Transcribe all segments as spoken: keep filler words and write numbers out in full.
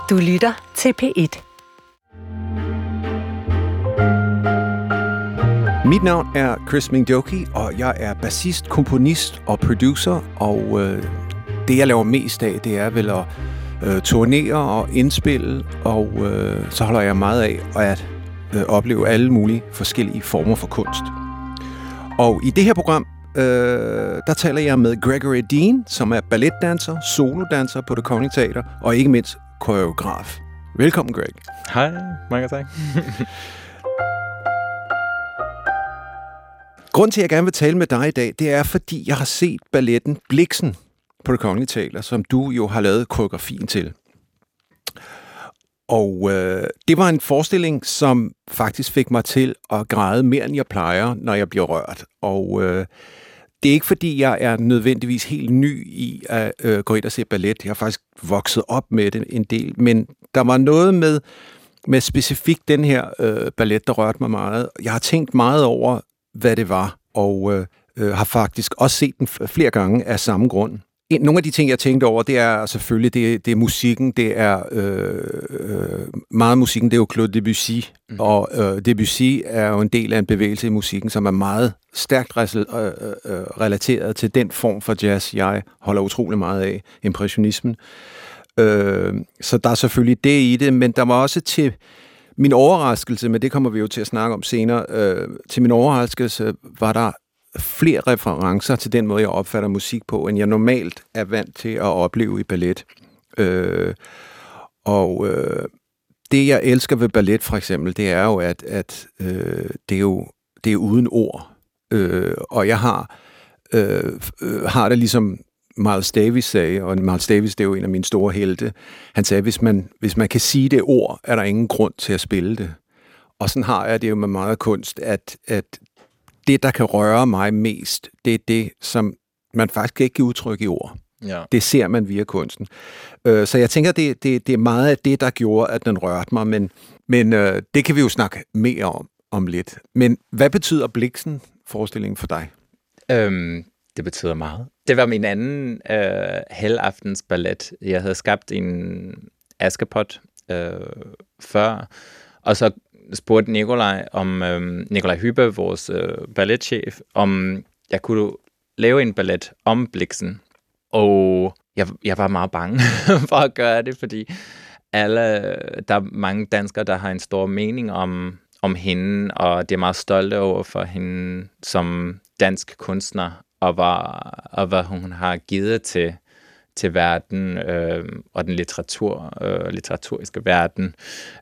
Du lytter til P et. Mit navn er Chris Mingdoki, og jeg er bassist, komponist og producer, og øh, det jeg laver mest af, det er vel at øh, turnere og indspille, og øh, så holder jeg meget af at øh, opleve alle mulige forskellige former for kunst. Og i det her program, øh, der taler jeg med Gregory Dean, som er balletdanser, solodanser på Det Kongelige Teater, og ikke mindst koreograf. Velkommen, Greg. Hej, mange tak. Grunden til, at jeg gerne vil tale med dig i dag, det er, fordi jeg har set balletten Blixen på Det Kongelige Teater, som du jo har lavet koreografien til. Og øh, det var en forestilling, som faktisk fik mig til at græde mere, end jeg plejer, når jeg bliver rørt. Og øh, det er ikke, fordi jeg er nødvendigvis helt ny i at øh, gå ind og se ballet. Jeg har faktisk vokset op med det en del, men der var noget med, med specifikt den her øh, ballet, der rørte mig meget. Jeg har tænkt meget over, hvad det var, og øh, har faktisk også set den flere gange af samme grund. En, nogle af de ting, jeg tænkte over, det er selvfølgelig, det, det er musikken, det er øh, øh, meget musikken, det er jo Claude Debussy, mm. og øh, Debussy er jo en del af en bevægelse i musikken, som er meget stærkt øh, øh, relateret til den form for jazz, jeg holder utrolig meget af, impressionismen. Øh, så der er selvfølgelig det i det, men der var også til min overraskelse, men det kommer vi jo til at snakke om senere, øh, til min overraskelse var der flere referencer til den måde, jeg opfatter musik på, end jeg normalt er vant til at opleve i ballet. Øh, og øh, det, jeg elsker ved ballet, for eksempel, det er jo, at, at øh, det, er jo, det er uden ord. Øh, og jeg har, øh, har det ligesom Miles Davis sagde, og Miles Davis, det er jo en af mine store helte, han sagde, hvis man, hvis man kan sige det ord, er der ingen grund til at spille det. Og sådan har jeg det jo med meget kunst, at, at det, der kan røre mig mest, det er det, som man faktisk ikke kan udtrykke i ord. Ja. Det ser man via kunsten. Øh, så jeg tænker, det, det, det er meget af det, der gjorde, at den rørte mig, men, men øh, det kan vi jo snakke mere om, om lidt. Men hvad betyder Blixen-forestillingen for dig? Øhm, det betyder meget. Det var min anden øh, helaftens ballet. Jeg havde skabt en Askepot øh, før, og så spurgte Nikolaj, om øh, Nikolaj Hybe, vores øh, balletchef, om jeg kunne lave en ballet om Blixen. Og jeg, jeg var meget bange for at gøre det, fordi alle, der er mange danskere, der har en stor mening om, om hende, og de er meget stolte over for hende som dansk kunstner, og hvad, og hvad hun har givet til, til verden, øh, og den litteratur, øh, litteraturiske verden.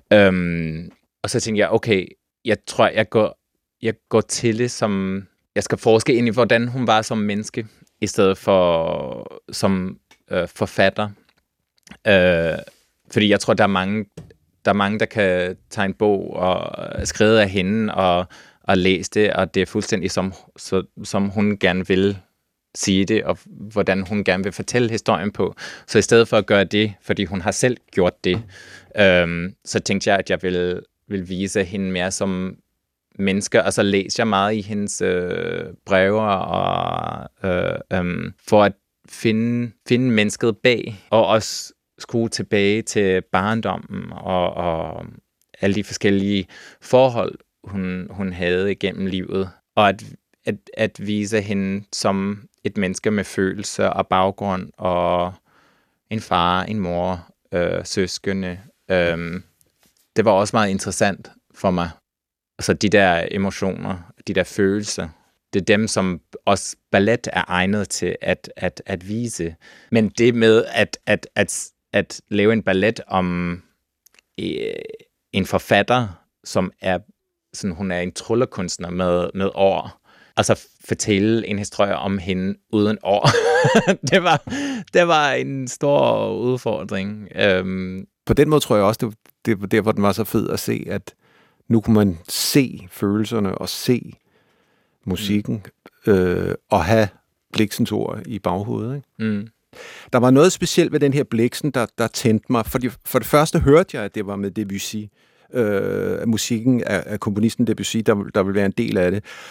Um, og så tænkte jeg, okay, jeg tror, jeg går, jeg går til det som, jeg skal forske ind i, hvordan hun var som menneske, i stedet for som øh, forfatter. Øh, fordi jeg tror, der er mange, der er mange, der kan tage en bog og skrive af hende og, og læse det, og det er fuldstændig som, så, som hun gerne vil sige det, og hvordan hun gerne vil fortælle historien på. Så i stedet for at gøre det, fordi hun har selv gjort det, øh, så tænkte jeg, at jeg ville, ville vise hende mere som mennesker, og så læser jeg meget i hendes øh, breve, og øh, øh, for at finde, finde mennesket bag, og også skrue tilbage til barndommen, og, og alle de forskellige forhold, hun, hun havde igennem livet, og at, at, at vise hende som et menneske med følelser og baggrund, og en far, en mor, øh, søskende. Øh, det var også meget interessant for mig. Altså de der emotioner, de der følelser, det er dem, som også ballet er egnet til at, at, at vise. Men det med at, at, at, at lave en ballet om øh, en forfatter, som er sådan, hun er en tryllekunstner med, med ord, altså fortælle en historie om hende uden ord, det, var, det var en stor udfordring. Um, På den måde tror jeg også, det, det var der, hvor den var så fed at se, at nu kunne man se følelserne og se musikken mm. øh, og have Blixens ord i baghovedet. Ikke? Mm. Der var noget specielt ved den her Blixen, der, der tændte mig. For, de, for det første hørte jeg, at det var med Debussy. Øh, musikken af, af komponisten Debussy, der, der ville være en del af det.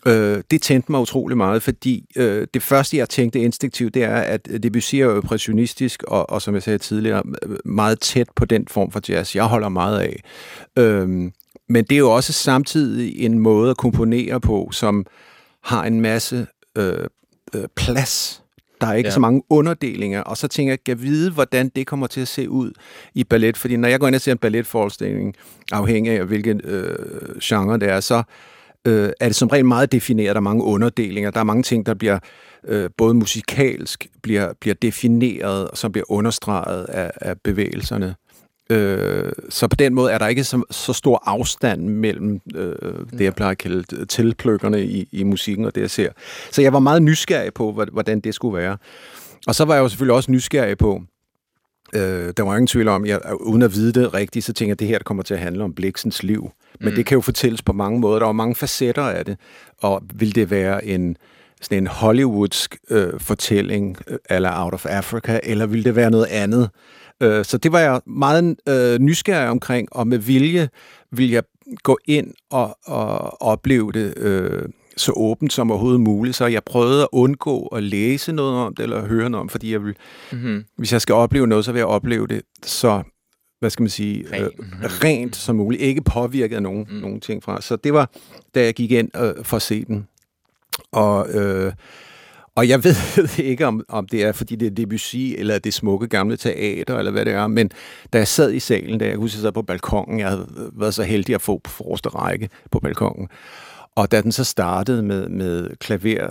Øh, det tændte mig utrolig meget, fordi øh, det første, jeg tænkte instinktivt, det er, at Debussy er jo impressionistisk, og, og som jeg sagde tidligere, meget tæt på den form for jazz, jeg holder meget af. Øh, men det er jo også samtidig en måde at komponere på, som har en masse øh, øh, plads. Der er ikke ja. så mange underdelinger, og så tænker jeg, kan jeg vide, hvordan det kommer til at se ud i ballet, fordi når jeg går ind og ser en balletforestilling, afhængig af hvilken øh, genre det er, så øh, er det som regel meget defineret, der er mange underdelinger, der er mange ting, der bliver øh, både musikalsk, bliver, bliver defineret, og som bliver understreget af, af bevægelserne. Øh, så på den måde er der ikke så, så stor afstand mellem øh, det, jeg plejer at kalde tilpløkkerne i, i musikken og det, jeg ser. Så jeg var meget nysgerrig på, hvordan det skulle være. Og så var jeg jo selvfølgelig også nysgerrig på, øh, der var ingen tvivl om, jeg, uden at vide det rigtigt, så tænker jeg, at det her der kommer til at handle om Blixens liv. Men mm. det kan jo fortælles på mange måder. Der er mange facetter af det. Og vil det være en sådan en hollywoodsk øh, fortælling, eller Out of Africa, eller vil det være noget andet? Så det var jeg meget øh, nysgerrig omkring, og med vilje vil jeg gå ind og, og opleve det øh, så åbent som overhovedet muligt. Så jeg prøvede at undgå at læse noget om det, eller høre noget om, fordi jeg vil, mm-hmm. hvis jeg skal opleve noget, så vil jeg opleve det så, hvad skal man sige, øh, rent som muligt. Ikke påvirket af nogen, mm. nogen ting fra. Så det var, da jeg gik ind øh, for at se den. Og... Øh, Og jeg ved ikke, om, om det er, fordi det er Debussy, eller det smukke gamle teater, eller hvad det er, men da jeg sad i salen, da jeg husker, jeg sad på balkongen, jeg havde været så heldig at få på forreste række på balkongen, og da den så startede med, med klaver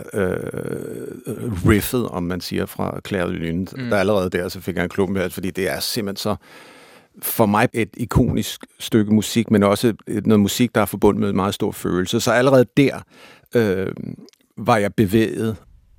øh, riffet, om man siger, fra Clair de Lune, mm. der allerede der, så fik jeg en klump med, fordi det er simpelthen så for mig et ikonisk stykke musik, men også et, noget musik, der er forbundet med en meget stor følelse. Så allerede der øh, var jeg bevæget.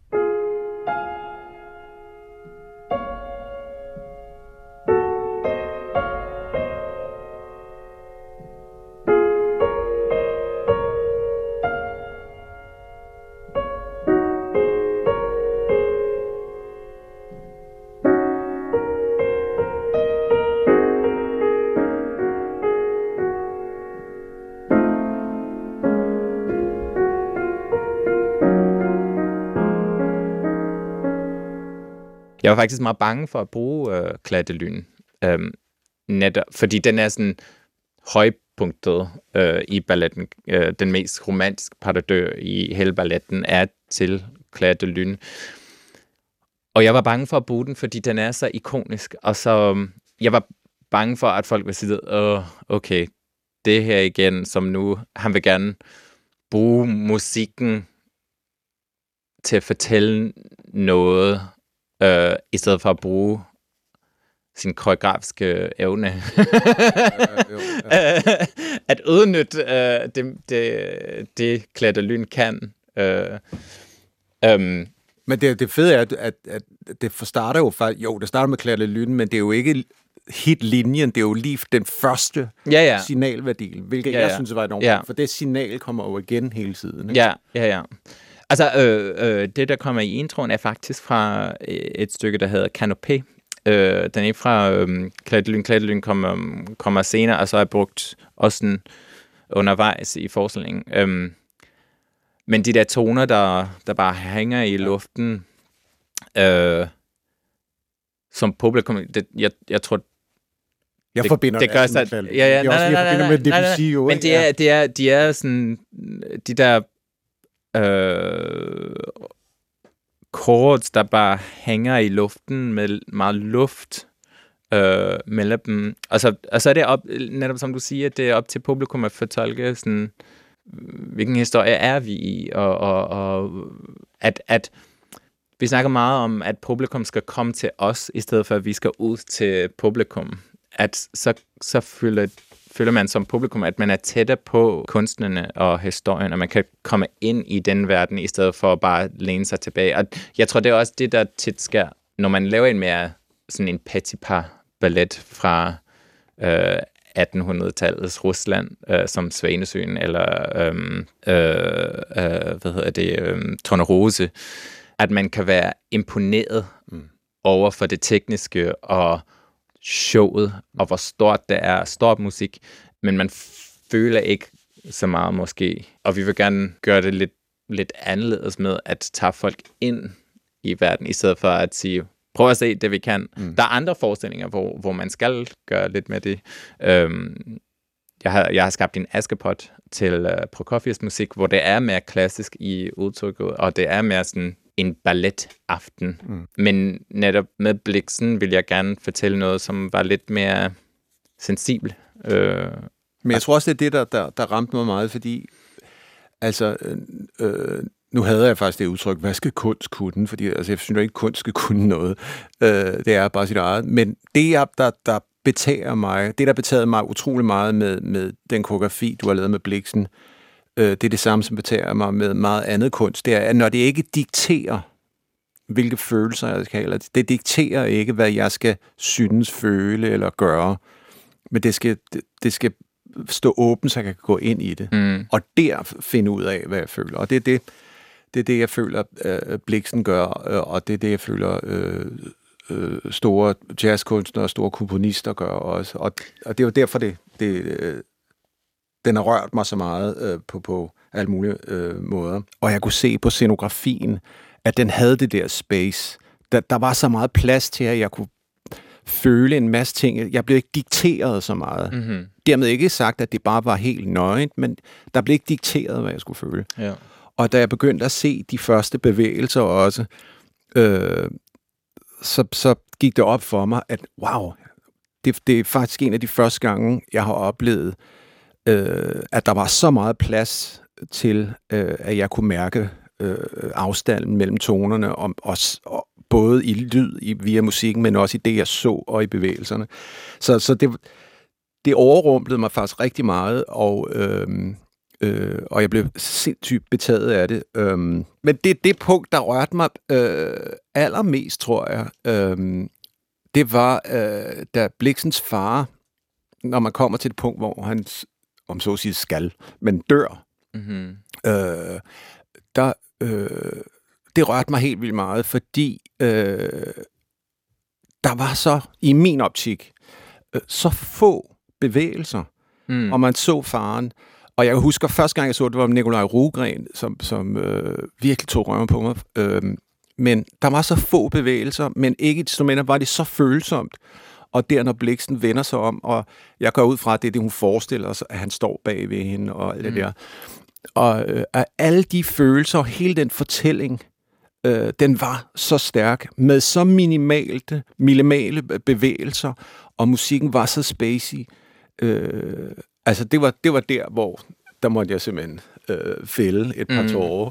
Jeg var faktisk meget bange for at bruge øh, Clair de Lune, øhm, netop, fordi den er sådan højpunktet øh, i balletten. Øh, den mest romantiske partadør i hele balletten er til Clair de Lune. Og jeg var bange for at bruge den, fordi den er så ikonisk, og så um, jeg var bange for, at folk ville sige, åh, okay, det her igen, som nu, han vil gerne bruge musikken til at fortælle noget, Uh, i stedet for at bruge sin koreografiske evne. uh, jo, ja. uh, at udnytte uh, det, det, det Clair de Lune kan. Uh, um, men det, det fede er, at, at, at det starter jo faktisk, jo, det starter med Clair de Lune, men det er jo ikke hitlinjen, det er jo lige den første ja, ja. signalværdi, hvilket ja, ja. jeg synes var enormt, ja. for det signal kommer jo igen hele tiden. Ikke? Ja, ja, ja. Altså, øh, øh, det, der kommer i introen, er faktisk fra et stykke, der hedder Canopé. Øh, den er fra øh, Clair de Lune. Clair de Lune kommer, kommer senere, og så er brugt også sådan undervejs i forestillingen. Øh, men de der toner, der, der bare hænger i luften, øh, som publikum, det, jeg, jeg tror, Jeg det, forbinder det, det gør sig, ja, ja, nej, nej, nej, nej, nej, nej, nej, men det er, det er, de er sådan, de der Øh, chords, der bare hænger i luften med meget luft øh, mellem dem. Og så, og så er det op, netop som du siger, det er op til publikum at fortolke sådan, hvilken historie er vi i, og, og, og at, at vi snakker meget om, at publikum skal komme til os, i stedet for at vi skal ud til publikum. At så, så føler føler man som publikum, at man er tættere på kunstnerne og historien, og man kan komme ind i den verden, i stedet for at bare læne sig tilbage. Og jeg tror, det er også det, der tit sker, når man laver en mere sådan en Petipa-ballet fra øh, attenhundredetalets Rusland, øh, som Svanesøen, eller øh, øh, hvad hedder det, øh, Tornerose, at man kan være imponeret mm. over for det tekniske og showet, og hvor stort det er, stort musik, men man føler ikke så meget måske, og vi vil gerne gøre det lidt lidt anderledes med at tage folk ind i verden, i stedet for at sige, prøv at se det, vi kan. Mm. Der er andre forestillinger, hvor, hvor man skal gøre lidt med det. Øhm, jeg, har, jeg har skabt en Askepot til uh, Prokofievs musik, hvor det er mere klassisk i udtrykket, og det er mere sådan en balletaften. Mm. Men netop med Blixen vil jeg gerne fortælle noget, som var lidt mere sensibel. Øh, Men jeg tror også, det er det, der, der, der ramte mig meget, fordi altså, øh, nu havde jeg faktisk det udtryk, hvad skal kunst kunne? Fordi altså, jeg synes jo ikke, kunst skal kunne noget. Øh, det er bare sit eget. Men det, jeg, der, der betager mig, det, der betager mig utrolig meget med, med den koreografi, du har lavet med Blixen, øh, det er det samme, som betager mig med meget andet kunst. Det er, at når det ikke dikterer, hvilke følelser jeg skal have, det dikterer ikke, hvad jeg skal synes, føle eller gøre, men det skal, det, det skal stå åbent, så jeg kan gå ind i det. Mm. Og der finde ud af, hvad jeg føler. Og det er det, det, er det jeg føler, uh, Blixen gør, uh, og det er det, jeg føler, uh, uh, store jazzkunstnere og store komponister gør også. Og, og det er jo derfor, det, det, uh, den har rørt mig så meget uh, på, på alle mulige uh, måder. Og jeg kunne se på scenografien, at den havde det der space. Der, der var så meget plads til, at jeg kunne føle en masse ting. Jeg blev ikke dikteret så meget. Mm-hmm. Dermed ikke sagt, at det bare var helt nøgent, men der blev ikke dikteret, hvad jeg skulle føle. Ja. Og da jeg begyndte at se de første bevægelser også, øh, så, så gik det op for mig, at wow, det, det er faktisk en af de første gange, jeg har oplevet, øh, at der var så meget plads til, øh, at jeg kunne mærke øh, afstanden mellem tonerne, og, og, og både i lyd i, via musikken, men også i det, jeg så, og i bevægelserne. Så, så det, det overrumplede mig faktisk rigtig meget, og, øhm, øh, og jeg blev sindssygt betaget af det. Øhm, men det er det punkt, der rørte mig øh, allermest, tror jeg. Øhm, det var, øh, da Blixens far, når man kommer til et punkt, hvor han, om så at sige, skal, men dør, mm-hmm. øh, der... Øh, det rørte mig helt vildt meget, fordi øh, der var så, i min optik, øh, så få bevægelser, mm. og man så faren. Og jeg husker, første gang jeg så, det var Nikolaj Rugren, som, som øh, virkelig tog røven på mig. Øh, men der var så få bevægelser, men ikke et instrumenter, var det så følsomt. Og der, når Blixen vender sig om, og jeg går ud fra, at det er det, hun forestiller sig, at han står bag ved hende, og alt det mm. der. Og øh, alle de følelser, og hele den fortælling, øh, den var så stærk, med så minimale, minimale bevægelser, og musikken var så spacey. Øh, altså, det var, det var der, hvor der måtte jeg simpelthen øh, fælde et par mm. tårer.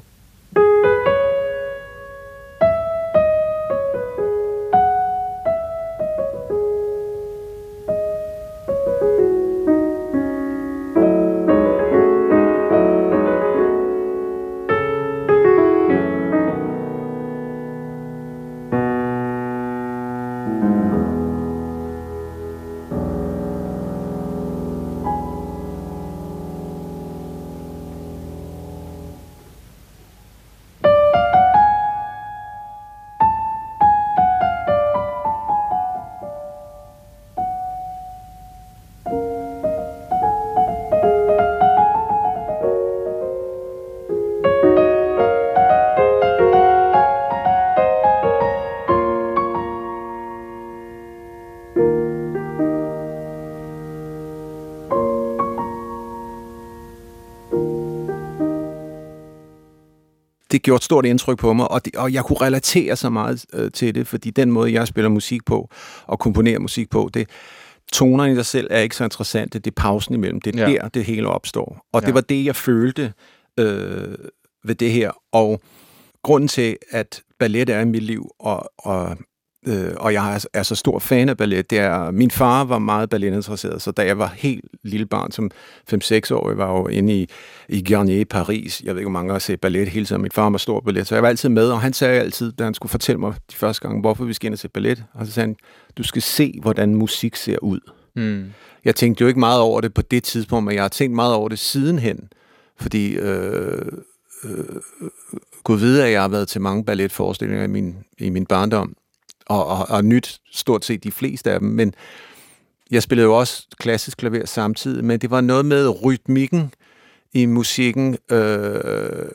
Det gjorde et stort indtryk på mig, og, det, og jeg kunne relatere så meget øh, til det, fordi den måde, jeg spiller musik på, og komponerer musik på, det tonerne i sig selv er ikke så interessante, det er pausen imellem, det er ja. der, det hele opstår. Og ja. det var det, jeg følte øh, ved det her, og grunden til, at ballet er i mit liv, og, og, øh, og jeg er, er så stor fan af ballet, det er, min far var meget balletinteresseret, så da jeg var helt lille barn, som fem-seks år, jeg var jo inde i, i Garnier i Paris, jeg ved ikke, hvor mange har set ballet hele tiden, min far var stor ballet, så jeg var altid med, og han sagde altid, da han skulle fortælle mig de første gange, hvorfor vi skal ind og se ballet, og så sagde han, du skal se, hvordan musik ser ud. Mm. Jeg tænkte jo ikke meget over det på det tidspunkt, men jeg har tænkt meget over det sidenhen, fordi øh, øh, Gud ved, at jeg har været til mange balletforestillinger i min, i min barndom, og, og, og nyt stort set de fleste af dem, men jeg spillede jo også klassisk klaver samtidig, men det var noget med rytmikken i musikken, øh,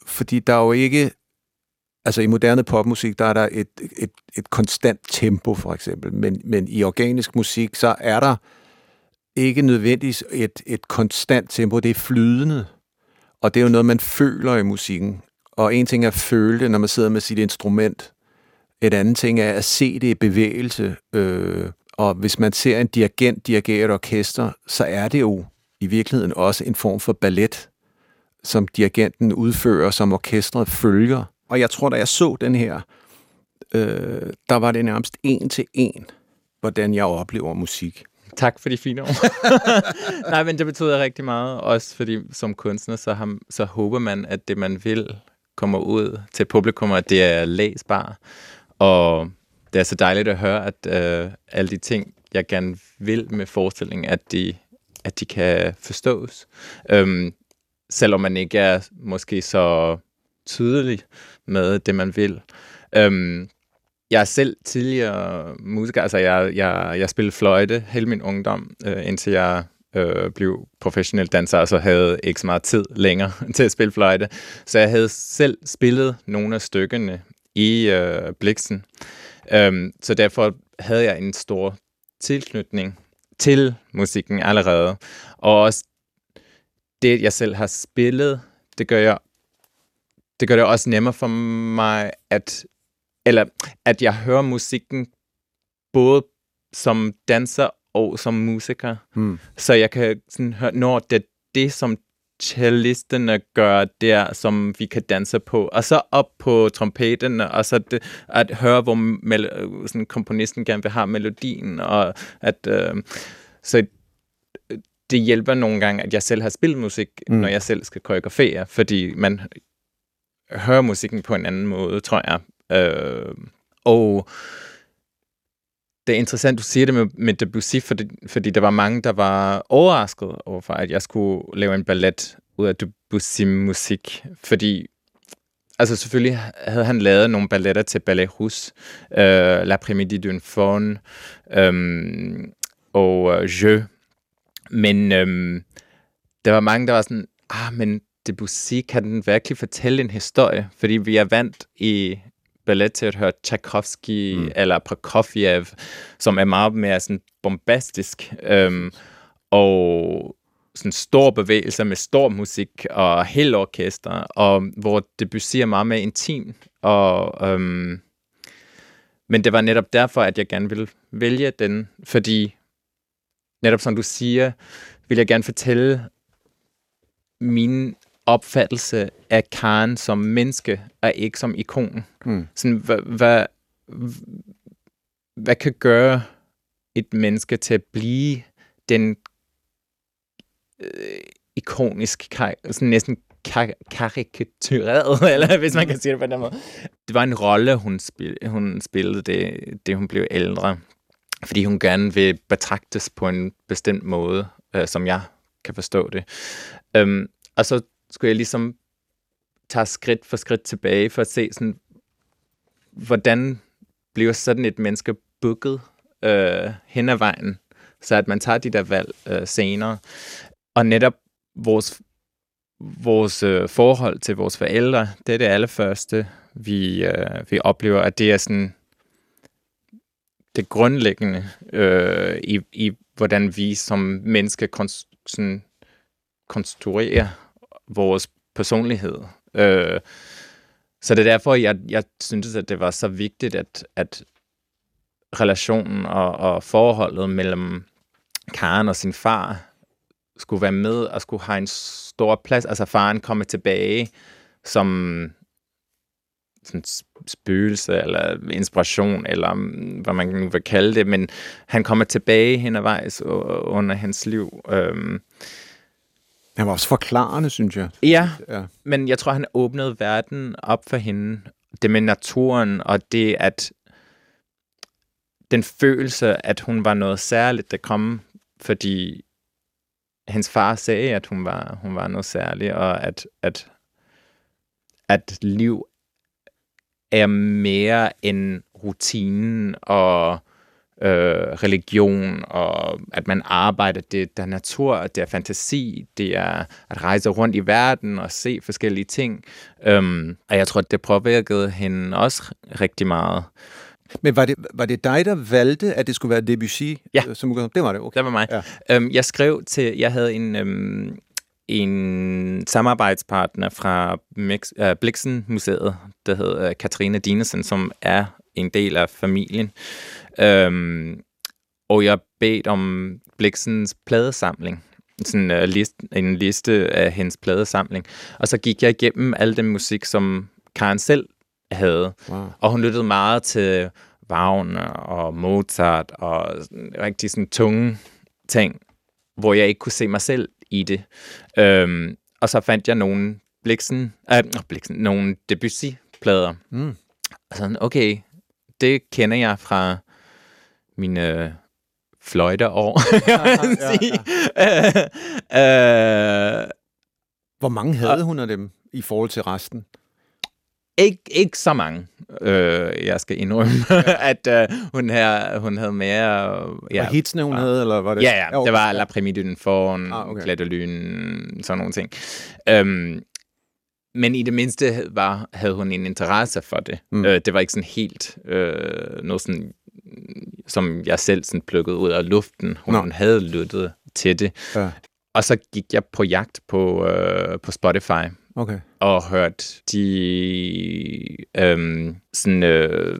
fordi der er jo ikke... Altså i moderne popmusik, der er der et, et, et konstant tempo, for eksempel. Men, men i organisk musik, så er der ikke nødvendigvis et, et konstant tempo. Det er flydende. Og det er jo noget, man føler i musikken. Og en ting er at føle det, når man sidder med sit instrument. Et andet ting er at se det i bevægelse. Øh, og hvis man ser en dirigent dirigere et orkester, så er det jo i virkeligheden også en form for ballet, som dirigenten udfører, som orkestret følger. Og jeg tror, da jeg så den her, øh, der var det nærmest en til en, hvordan jeg oplever musik. Tak for de fine ord. Nej, men det betyder rigtig meget, også fordi som kunstner, så, har, så håber man, at det, man vil, kommer ud til publikum, at det er læsbart. Og det er så dejligt at høre, at øh, alle de ting, jeg gerne vil med forestillingen, at de, at de kan forstås. Øhm, selvom man ikke er måske så tydelig med det, man vil. Øhm, jeg er selv tidligere musiker, altså jeg, jeg, jeg spillede fløjte hele min ungdom, øh, indtil jeg øh, blev professionel danser, og så havde ikke så meget tid længere til at spille fløjte. Så jeg havde selv spillet nogle af stykkerne i øh, Blixen. Øhm, så derfor havde jeg en stor tilknytning til musikken allerede. Og også det, jeg selv har spillet, det gør jeg det gør det også nemmere for mig, at, eller, at jeg hører musikken både som danser og som musiker. Hmm. Så jeg kan sådan høre, når det er det, som cellisterne gør der, som vi kan danse på. Og så op på trompeten, og så det, at høre, hvor mel- sådan, komponisten gerne vil have melodien. Og at, øh, så det hjælper nogle gange, at jeg selv har spillet musik, mm. når jeg selv skal koreografere, fordi man hører musikken på en anden måde, tror jeg. Øh, og det er interessant, du siger det med, med Debussy, fordi, fordi der var mange, der var overrasket overfor, at jeg skulle lave en ballet ud af Debussy-musik, fordi altså selvfølgelig havde han lavet nogle balletter til Ballet Russe, øh, L'après-midi d'une faune øh, og øh, Jeu. Men øh, der var mange, der var sådan, ah, men Debussy, kan den virkelig fortælle en historie? Fordi vi er vant i ballet til at høre Tchaikovsky mm. eller Prokofjev, som er meget mere sådan bombastisk, øhm, og sådan stor bevægelser med stor musik og helt orkester, og hvor Debussy er meget mere intim. Og, øhm, men det var netop derfor, at jeg gerne ville vælge den, fordi netop som du siger, vil jeg gerne fortælle min opfattelse af Karen som menneske, og ikke som ikon. Mm. Sådan, hvad, hvad, hvad kan gøre et menneske til at blive den øh, ikonisk, sådan næsten kar- karikatureret, eller hvis man kan sige det på den måde. Det var en rolle, hun, spil, hun spillede, det, det hun blev ældre, fordi hun gerne vil betragtes på en bestemt måde, øh, som jeg kan forstå det. Um, og så skulle jeg ligesom tage skridt for skridt tilbage for at se, sådan, hvordan bliver sådan et menneske bygget øh, hen ad vejen, så at man tager de der valg øh, senere. Og netop vores, vores øh, forhold til vores forældre, det er det allerførste, vi, øh, vi oplever, at det er sådan det grundlæggende øh, i, i, hvordan vi som mennesker konst, sådan, konstruerer vores personlighed. Øh, så det er derfor, jeg, jeg synes, at det var så vigtigt, at, at relationen og, og forholdet mellem Karen og sin far skulle være med og skulle have en stor plads. Altså faren kommer tilbage som sådan spøgelse eller inspiration, eller hvad man nu vil kalde det, men han kommer tilbage hen ad vejs under hans liv. Øh, Han var også forklarende, synes jeg. Ja, ja, men jeg tror, han åbnede verden op for hende. Det med naturen, og det at den følelse, at hun var noget særligt, der kom, fordi hendes far sagde, at hun var, hun var noget særligt, og at, at, at liv er mere end rutinen, og øh, religion, og at man arbejder. Det, det er natur, det er fantasi, det er at rejse rundt i verden og se forskellige ting. Um, og jeg tror, det påvirkede hende også rigtig meget. Men var det, var det dig, der valgte, at det skulle være Debussy? Ja. Som, det var det, okay. Det var mig. Ja. Um, jeg skrev til, jeg havde en... Um, en samarbejdspartner fra Mix, uh, Blixen-museet, der hedder Katrine Dinesen, som er en del af familien. Um, og jeg bedte om Blixens pladesamling. Sådan uh, list, en liste af hendes pladesamling. Og så gik jeg igennem al den musik, som Karen selv havde. Wow. Og hun lyttede meget til Wagner og Mozart og rigtig sådan tunge ting, hvor jeg ikke kunne se mig selv i det. Øhm, og så fandt jeg nogle Blixen, øh, Blixen, nogle Debussy-plader. Mm. Og sådan, okay, det kender jeg fra mine fløjteår. ja, ja, ja. øh, Hvor mange havde hun af dem i forhold til resten? Ikke, ikke så mange, øh, jeg skal indrømme, at øh, hun, her, hun havde mere... Øh, ja, var hitsene, hun var, havde, eller var det? Ja, ja, okay. Det var La Premide d'une Faune, ah, okay. Clé de Lune, sådan nogle ting. Øhm, men i det mindste var, havde hun en interesse for det. Mm. Øh, det var ikke sådan helt øh, noget, sådan, som jeg selv sådan plukkede ud af luften. Hun no. havde lyttet til det. Ja. Og så gik jeg på jagt på, øh, på Spotify. Okay. Og hørt de øhm, sådan øh,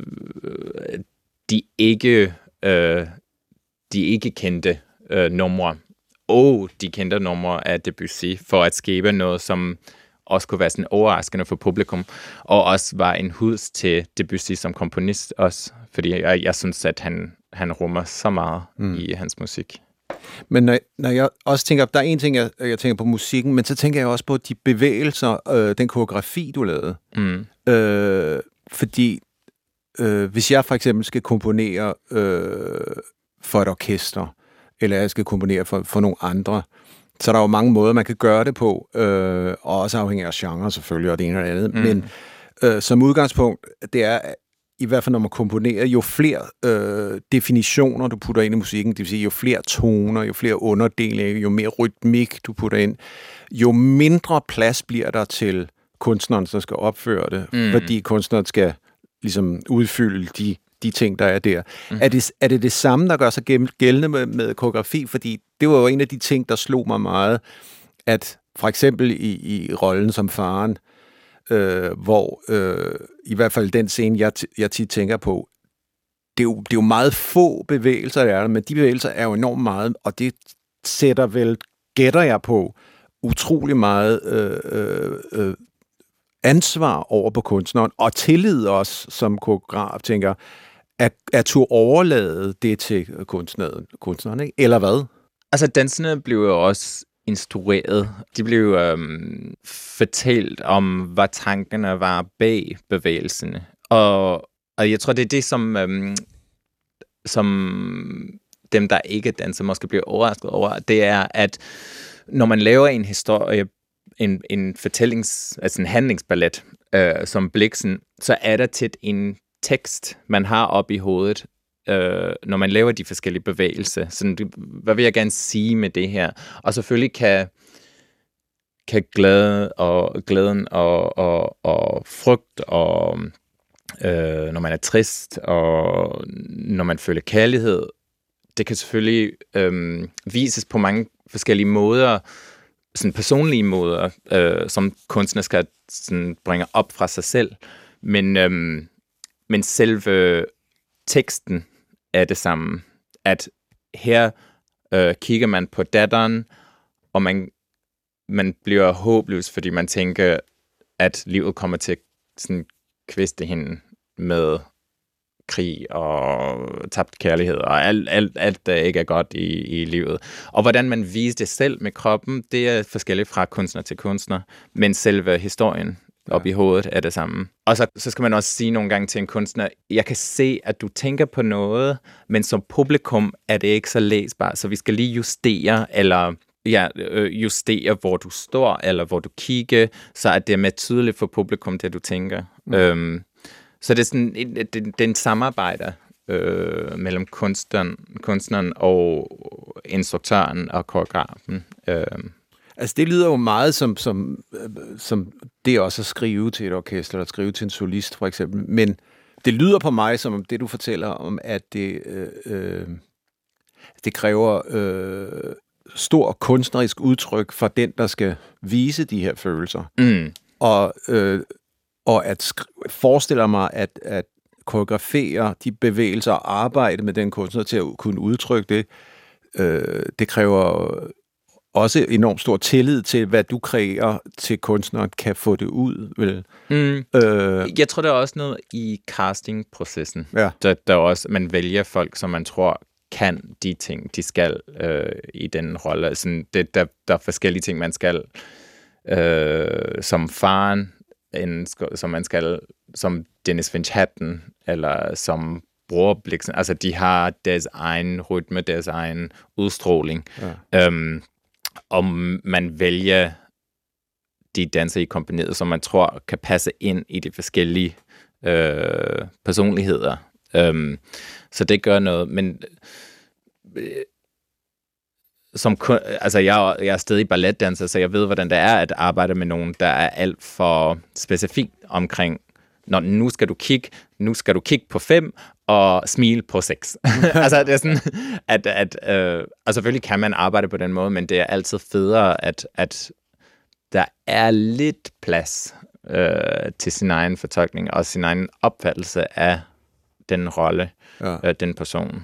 de ikke øh, de ikke kendte øh, numre og de kendte numre af Debussy for at skabe noget, som også kunne være sådan overraskende for publikum, og også var en hus til Debussy som komponist også, fordi jeg, jeg synes, at han, han rummer så meget mm. i hans musik. Men når, når jeg også tænker, der er en ting, jeg, jeg tænker på musikken, men så tænker jeg også på de bevægelser, øh, den koreografi, du lavede. Mm. Øh, fordi øh, hvis jeg for eksempel skal komponere øh, for et orkester, eller jeg skal komponere for, for nogle andre, så er der jo mange måder, man kan gøre det på, øh, og også afhængig af genre selvfølgelig, og det ene og det andet. Mm. Men øh, som udgangspunkt, det er... i hvert fald når man komponerer, jo flere øh, definitioner, du putter ind i musikken, det vil sige, jo flere toner, jo flere underdelinger, jo mere rytmik, du putter ind, jo mindre plads bliver der til kunstneren, der skal opføre det, mm. fordi kunstneren skal ligesom udfylde de, de ting, der er der. Mm. Er, det, er det det samme, der gør sig gældende med, med koreografi? Fordi det var jo en af de ting, der slog mig meget, at for eksempel i, i rollen som faren, Øh, hvor øh, i hvert fald den scene, jeg, t- jeg tit tænker på, det er, jo, det er jo meget få bevægelser, der er der, men de bevægelser er jo enormt meget, og det sætter vel, gætter jeg på, utrolig meget øh, øh, øh, ansvar over på kunstneren, og tillid også som koreograf, tænker, at, at turde overlade det til kunstneren, kunstneren, ikke? Eller hvad? Altså, danserne blev jo også instrueret. De blev øhm, fortalt om, hvad tankerne var bag bevægelserne. Og, og jeg tror, det er det, som, øhm, som dem, der ikke danser, måske bliver overrasket over. Det er, at når man laver en historie, en, en fortællings, altså en handlingsballet, øh, som Blixen, så er der tit en tekst, man har op i hovedet, Øh, når man laver de forskellige bevægelser. Sådan, hvad vil jeg gerne sige med det her? Og selvfølgelig kan, kan glæde og, glæden og, og, og frygt, og øh, når man er trist, og når man føler kærlighed, det kan selvfølgelig øh, vises på mange forskellige måder, sådan personlige måder, øh, som kunstner skal sådan, bringe op fra sig selv. Men, øh, men selve teksten er det samme, at her øh, kigger man på datteren, og man, man bliver håbløs, fordi man tænker, at livet kommer til at sådan, kviste hende med krig og tabt kærlighed, og alt, alt, alt der ikke er godt i, i livet. Og hvordan man viser det selv med kroppen, det er forskelligt fra kunstner til kunstner, men selve historien op i hovedet er det samme. Og så, så skal man også sige nogle gange til en kunstner, jeg kan se, at du tænker på noget, men som publikum er det ikke så læsbart, så vi skal lige justere, eller ja, justere, hvor du står, eller hvor du kigger, så at det er mere tydeligt for publikum, det du tænker. Mm. Øhm, så det er sådan, det, det er en samarbejde øh, mellem kunstneren, kunstneren og instruktøren og koreografen. Øh. Altså, det lyder jo meget som, som, som det også at skrive til et orkester, eller at skrive til en solist, for eksempel. Men det lyder på mig som det, du fortæller om, at det, øh, øh, det kræver øh, stor kunstnerisk udtryk for den, der skal vise de her følelser. Mm. Og, øh, og at sk- forestiller mig, at, at koreografere de bevægelser og arbejde med den kunstner til at kunne udtrykke det, øh, det kræver også enormt stor tillid til, hvad du kreerer til kunstneren, kan få det ud, vel? Mm. Øh, jeg tror, der er også noget i castingprocessen. Ja. Der, der er også, man vælger folk, som man tror kan de ting, de skal øh, i den rolle. Altså, det, der, der er forskellige ting, man skal øh, som faren, en, som man skal som Dennis Finch Hatton, eller som Bror Blixen. Altså, de har deres egen rytme, deres egen udstråling. Ja. Øhm, og man vælger de danser i kompaniet, som man tror kan passe ind i de forskellige øh, personligheder. Øhm, så det gør noget, men øh, som kun, altså jeg, jeg er stadig balletdanser, så jeg ved, hvordan det er at arbejde med nogen, der er alt for specifikt omkring, når nu skal du kigge, nu skal du kigge på fem, og smile på seks. Altså, det er sådan, at, at øh, og selvfølgelig kan man arbejde på den måde, men det er altid federe, at, at der er lidt plads øh, til sin egen fortolkning, og sin egen opfattelse af den rolle, ja. øh, den person.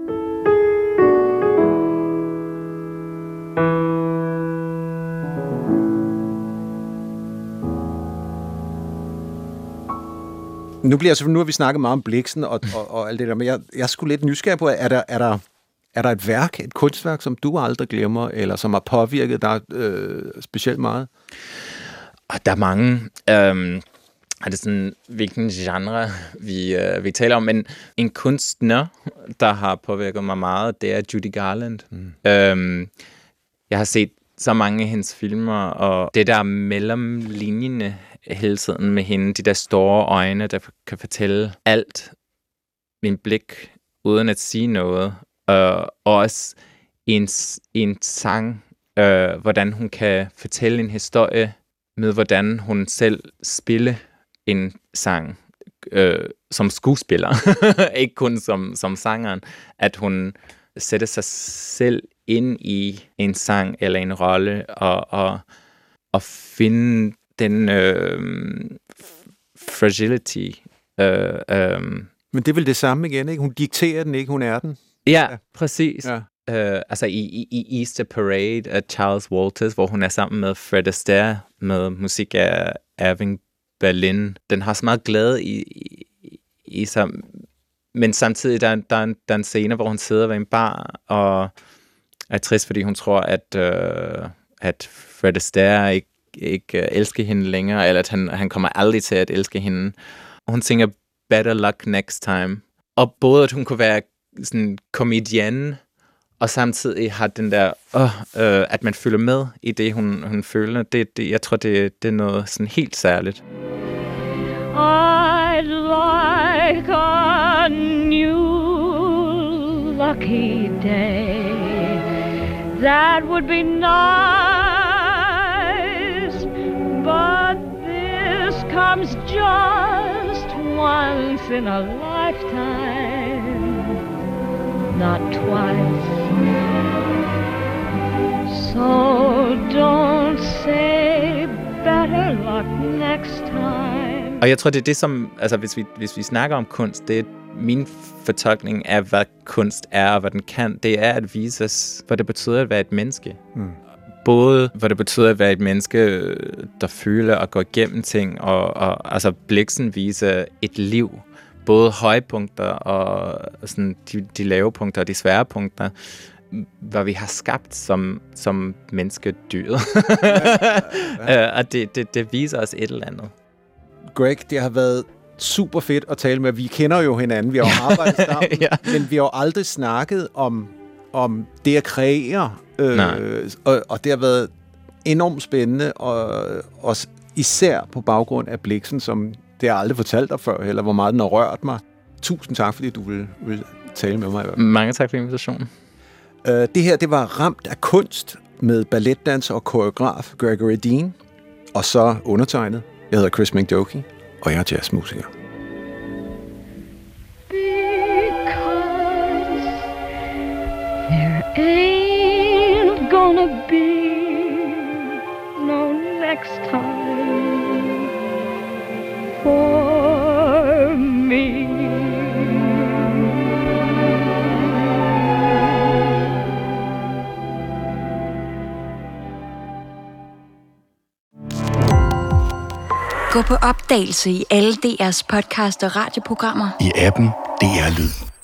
Nu bliver jeg, nu har vi snakket meget om Blixen og, og, og alt det der, men jeg, jeg skulle lidt nysgerrig på, er der, er, der, er der et værk, et kunstværk, som du aldrig glemmer, eller som har påvirket dig øh, specielt meget? Der er mange. Øhm, er det sådan, hvilken genre vi, øh, vi taler om, men en kunstner, der har påvirket mig meget, det er Judy Garland. Mm. Øhm, jeg har set så mange af hendes filmer, og det der mellem linjerne hele tiden med hende, de der store øjne, der kan fortælle alt, min blik, uden at sige noget, og også i en, i en sang, øh, hvordan hun kan fortælle en historie, med hvordan hun selv spiller en sang øh, som skuespiller, ikke kun som, som sangeren, at hun sætter sig selv ind i en sang eller en rolle, og, og, og finde den øh, fragility. Øh, øh. Men det er vel det samme igen, ikke? Hun dikterer den, ikke? Hun er den. Ja, ja. Præcis. Ja. Øh, altså i, i Easter Parade af Charles Walters, hvor hun er sammen med Fred Astaire, med musik af Irving Berlin. Den har så meget glæde i, i, i sig, men samtidig der er, der, er en, der er en scene, hvor hun sidder ved en bar og er trist, fordi hun tror, at, øh, at Fred Astaire ikke ikke uh, elsker hende længere, eller at han, han kommer aldrig til at elske hende. Og hun synger Better Luck Next Time. Og både at hun kunne være sådan komedienne, og samtidig har den der, uh, uh, at man følger med i det, hun, hun føler. Det, det, jeg tror, det, det er noget sådan helt særligt. I'd like a new lucky day. That would be nice. But this comes just once in a lifetime, not twice. So don't say better luck next time. Og jeg tror, det er det, som, altså hvis vi, hvis vi snakker om kunst, det er min fortolkning af, hvad kunst er og hvad den kan, det er at vise os, hvad det betyder at være et menneske. Mm. Både hvad det betyder at være et menneske, der føler og går igennem ting, og, og altså Blixen viser et liv, både højpunkter og sådan de, de lave punkter og de svære punkter, hvad vi har skabt som, som menneskedyret. ja, ja, ja. Og det, det, det viser os et eller andet. Greg, det har været super fedt at tale med. Vi kender jo hinanden, vi har jo arbejdet sammen, ja. Men vi har jo aldrig snakket om, om det at kreere. Øh, og, og det har været enormt spændende, og også især på baggrund af Blixen, som det har jeg aldrig fortalt dig før, eller hvor meget den har rørt mig. Tusind tak, fordi du vil, vil tale med mig. Mange tak for invitationen. Uh, det her, det var Ramt af kunst med balletdanser og koreograf Gregory Dean, og så undertegnet. Jeg hedder Chris McDokie, og jeg er jazzmusiker. There ain't gonna be no next time for me. Gå på opdagelse i alle D R's podcast og radioprogrammer. I appen D R Lyd.